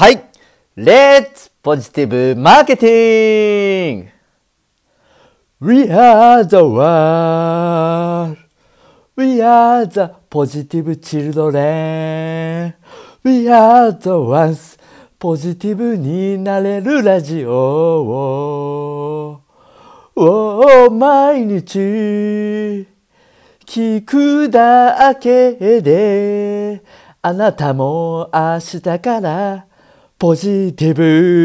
はい。Let's Positive Marketing! We are the world. We are the positive children. We are the ones. ポジティブになれるラジオを毎日聞くだけであなたも明日からポジティ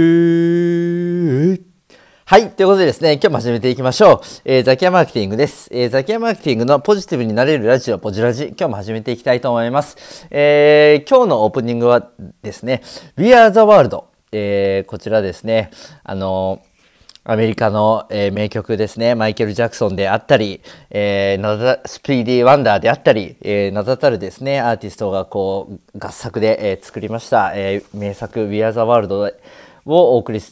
ブ。はい。ということでですね、今日も始めていきましょう。ザキヤマーケティングです。ザキヤマーケティングのポジティブになれるラジオ、ポジラジ。今日も始めていきたいと思います。今日のオープニングはですね、We Are the World。こちらですね、アメリカの、名曲ですね、マイケル・ジャクソンであったり、スピーディー・ワンダーであったり、名だたるですね、アーティストがこう合作で、作りました、名作 We Are the Worldをお送りして、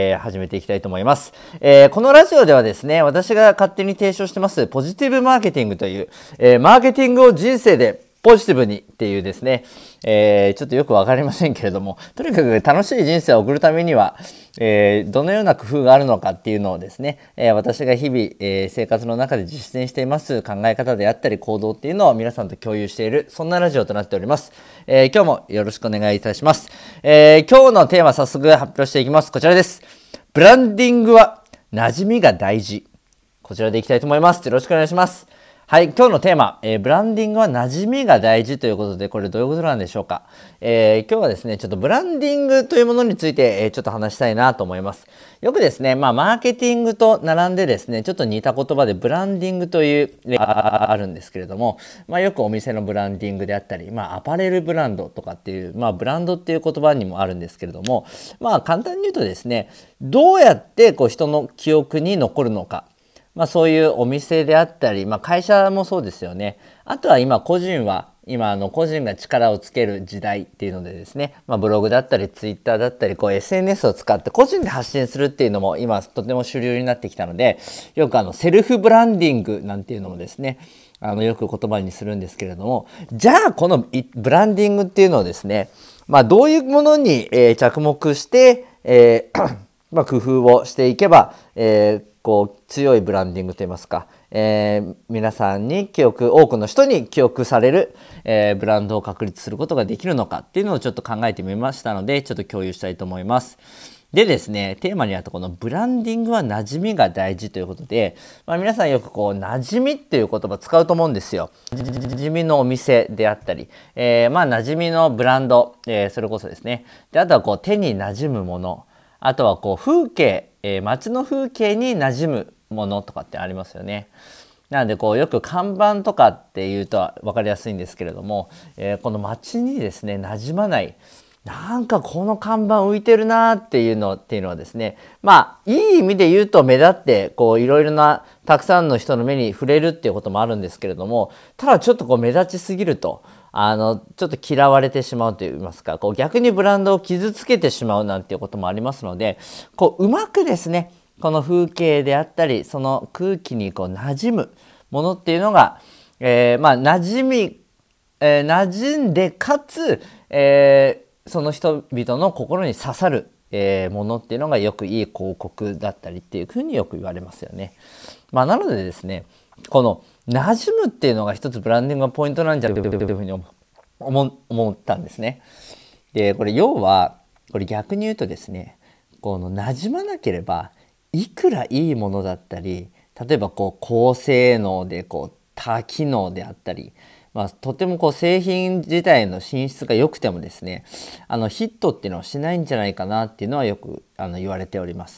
始めていきたいと思います。このラジオではですね、私が勝手に提唱してますポジティブマーケティングという、マーケティングを人生でポジティブにっていうですね、ちょっとよくわかりませんけれども、とにかく楽しい人生を送るためには、どのような工夫があるのかっていうのをですね、私が日々、生活の中で実践しています考え方であったり行動っていうのを皆さんと共有している、そんなラジオとなっております。今日もよろしくお願いいたします。今日のテーマ早速発表していきます。こちらです。ブランディングは馴染みが大事。こちらでいきたいと思います。よろしくお願いします。はい、今日のテーマ、ブランディングは馴染みが大事ということで、これどういうことなんでしょうか。今日はですね、ちょっとブランディングというものについて、ちょっと話したいなと思います。よくですね、マーケティングと並んでですね、ちょっと似た言葉でブランディングというあるんですけれども、よくお店のブランディングであったり、アパレルブランドとかっていう、ブランドっていう言葉にもあるんですけれども、簡単に言うとですね、どうやってこう人の記憶に残るのか。そういうお店であったり、会社もそうですよね。あとは今個人が力をつける時代っていうのでですね、ブログだったりツイッターだったりSNS を使って個人で発信するっていうのも今とても主流になってきたので、よくセルフブランディングなんていうのもですね、よく言葉にするんですけれども、じゃあこのブランディングっていうのをですね、どういうものに、着目して、工夫をしていけば、強いブランディングといいますか、皆さんに多くの人に記憶される、ブランドを確立することができるのかっていうのをちょっと考えてみましたので、ちょっと共有したいと思います。でですね、テーマにあったこのブランディングは馴染みが大事ということで、皆さんよく馴染みっていう言葉使うと思うんですよ。馴染みのお店であったり、馴染みのブランド、それこそですね。で、あとは手に馴染むもの。あとは風景、街の風景に馴染むものとかってありますよね。なのでよく看板とかっていうと分かりやすいんですけれども、この街にですね馴染まない、なんかこの看板浮いてるなっていうのはですね、いい意味で言うと目立っていろいろなたくさんの人の目に触れるっていうこともあるんですけれども、ただちょっと目立ちすぎるとちょっと嫌われてしまうといいますか、逆にブランドを傷つけてしまうなんていうこともありますので、うまくですねこの風景であったりその空気に馴染むものっていうのが、馴染んでかつ、その人々の心に刺さる、ものっていうのがよくいい広告だったりっていうふうによく言われますよね。なのでですね、この馴染むっていうのが一つブランディングのポイントなんじゃないかというふうに思ったんですね。で、これ要は逆に言うとですね、馴染まなければいくらいいものだったり、例えば高性能で多機能であったり、とても製品自体の品質が良くてもですね、ヒットっていうのはしないんじゃないかなっていうのはよく言われております。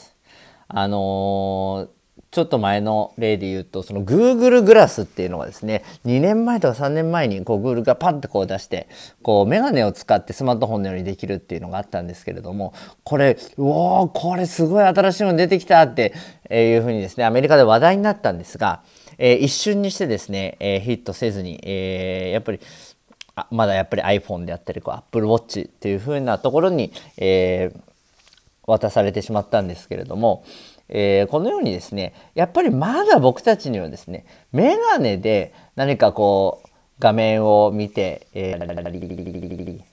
ちょっと前の例で言うと、その Google グラスっていうのがですね、2年前とか3年前にGoogle がパッと出して、メガネを使ってスマートフォンのようにできるっていうのがあったんですけれども、これすごい新しいの出てきたっていうふうにですね、アメリカで話題になったんですが、一瞬にしてですね、ヒットせずに、まだやっぱり iPhone であったりApple Watch っていうふうなところに、渡されてしまったんですけれども、このようにですね、やっぱりまだ僕たちにはですね、メガネで何か画面を見て、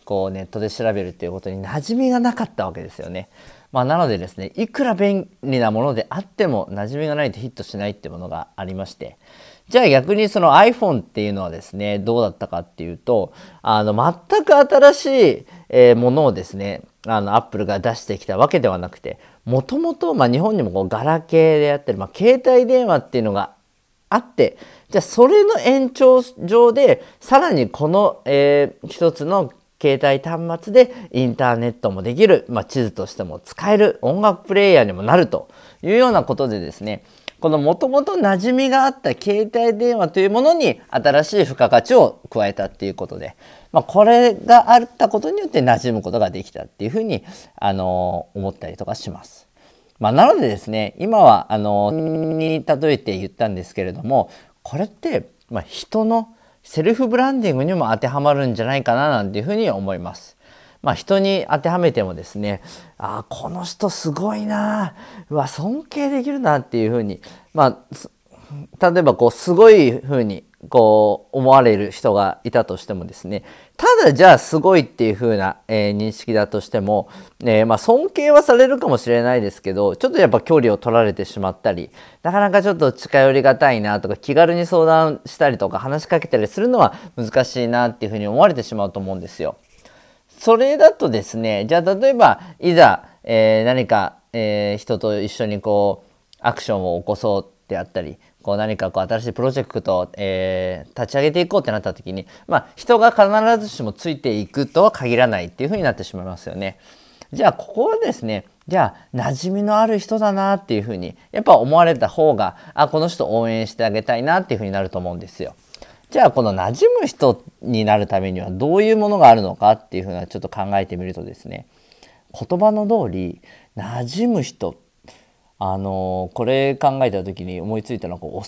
こうネットで調べるっていうことに馴染みがなかったわけですよね。なのでですね、いくら便利なものであっても馴染みがないとヒットしないっていうものがありまして、じゃあ逆にその iPhone っていうのはですね、どうだったかっていうと、全く新しいものをですね、Apple が出してきたわけではなくて、もともと日本にもこうガラケーであったり、携帯電話っていうのがあって、じゃあそれの延長上でさらにこの、一つの携帯端末でインターネットもできる、地図としても使える、音楽プレイヤーにもなるというようなことでですね、このもともと馴染みがあった携帯電話というものに新しい付加価値を加えたっていうことで、これがあったことによって馴染むことができたっていうふうに思ったりとかします。なのでですね、今はに例えて言ったんですけれども、これって、人のセルフブランディングにも当てはまるんじゃないかななんていうふうに思います。人に当てはめてもですね、この人すごいな、尊敬できるなっていうふうに、例えばこうすごいふうにこう思われる人がいたとしてもですね、ただじゃあすごいっていう風な、認識だとしても、尊敬はされるかもしれないですけど、ちょっとやっぱ距離を取られてしまったり、なかなかちょっと近寄りがたいなとか、気軽に相談したりとか話しかけたりするのは難しいなっていう風に思われてしまうと思うんですよ。それだとですね、じゃあ例えばいざ、何か、人と一緒にこうアクションを起こそうであったり、こう何かこう新しいプロジェクトを、立ち上げていこうってなった時に、人が必ずしもついていくとは限らないっていうふうになってしまいますよね。じゃあここはですね、じゃあ馴染みのある人だなっていうふうにやっぱ思われた方が、この人応援してあげたいなっていうふうになると思うんですよ。じゃあこの馴染む人になるためにはどういうものがあるのかっていうふうなちょっと考えてみるとですね、言葉の通り馴染む人、これ考えた時に思いついたのは幼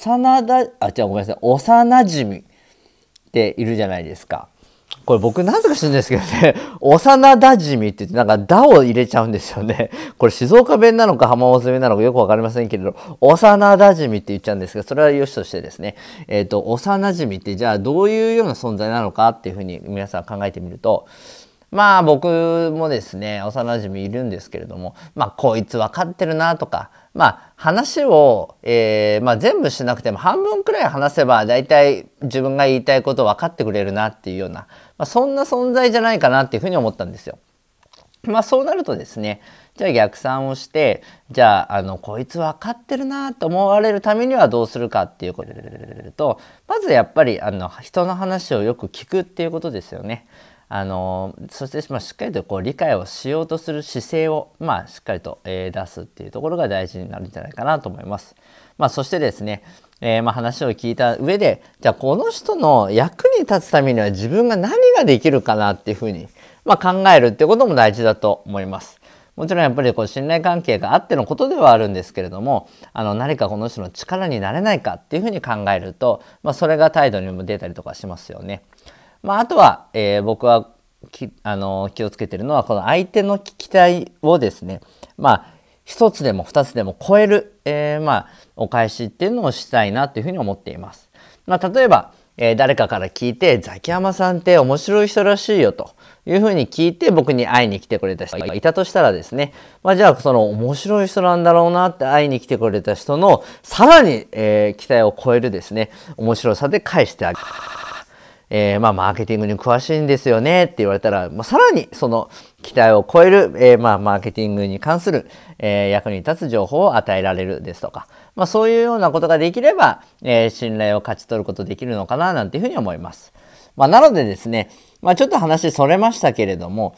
馴染っているじゃないですか。これ僕なぜか知るんですけどね、幼馴染って言ってなんかだを入れちゃうんですよね。これ静岡弁なのか浜松弁なのかよくわかりませんけれど、幼馴染って言っちゃうんですが、それは良しとしてですね、幼馴染ってじゃあどういうような存在なのかっていうふうに皆さん考えてみると、僕もですね幼馴染いるんですけれども、こいつ分かってるなとか、話を、全部しなくても半分くらい話せば大体自分が言いたいこと分かってくれるなっていうような、そんな存在じゃないかなっていうふうに思ったんですよ。そうなるとですね、じゃあ逆算をして、じゃあこいつ分かってるなと思われるためにはどうするかっていうことと、まずやっぱり人の話をよく聞くっていうことですよね。そしてしっかりとこう理解をしようとする姿勢をしっかりと、出すっていうところが大事になるんじゃないかなと思います。そしてですね、話を聞いた上で、じゃあこの人の役に立つためには自分が何ができるかなっていうふうに、考えるっていうことも大事だと思います。もちろんやっぱりこう信頼関係があってのことではあるんですけれども、何かこの人の力になれないかっていうふうに考えると、それが態度にも出たりとかしますよね。あとは、僕は気をつけてるのはこの相手の聞きたいをですね、一つでも二つでも超える、お返しっていうのをしたいなというふうに思っています。例えば、誰かから聞いてザキヤマさんって面白い人らしいよというふうに聞いて僕に会いに来てくれた人がいたとしたらですね、じゃあその面白い人なんだろうなって会いに来てくれた人のさらに、期待を超えるですね面白さで返してあげる。マーケティングに詳しいんですよねって言われたら、さらにその期待を超える、マーケティングに関する、役に立つ情報を与えられるですとか、そういうようなことができれば、信頼を勝ち取ることできるのかななんていうふうに思います。なのでですね、ちょっと話それましたけれども、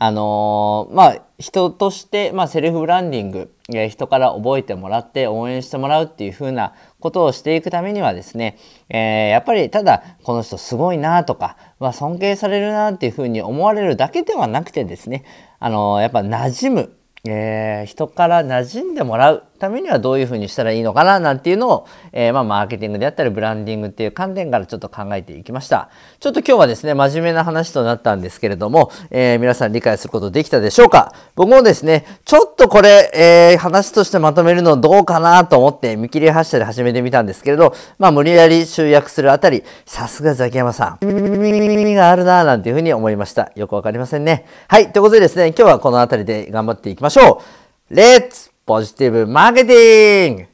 人として、セルフブランディング、人から覚えてもらって応援してもらうっていう風なことをしていくためにはですね、やっぱりただこの人すごいなとか、尊敬されるなっていう風に思われるだけではなくてですね、やっぱ馴染む、人から馴染んでもらうためにはどういうふうにしたらいいのかななんていうのを、マーケティングであったりブランディングっていう観点からちょっと考えていきました。ちょっと今日はですね、真面目な話となったんですけれども、皆さん理解することできたでしょうか。僕もですね、ちょっとこれ、話としてまとめるのどうかなと思って見切り発車で始めてみたんですけれど、無理やり集約するあたり、さすがザキヤマさん、耳があるなぁなんていうふうに思いました。よくわかりませんね。はい、ということでですね、今日はこのあたりで頑張っていきましょう。レッツポジティブマーケティング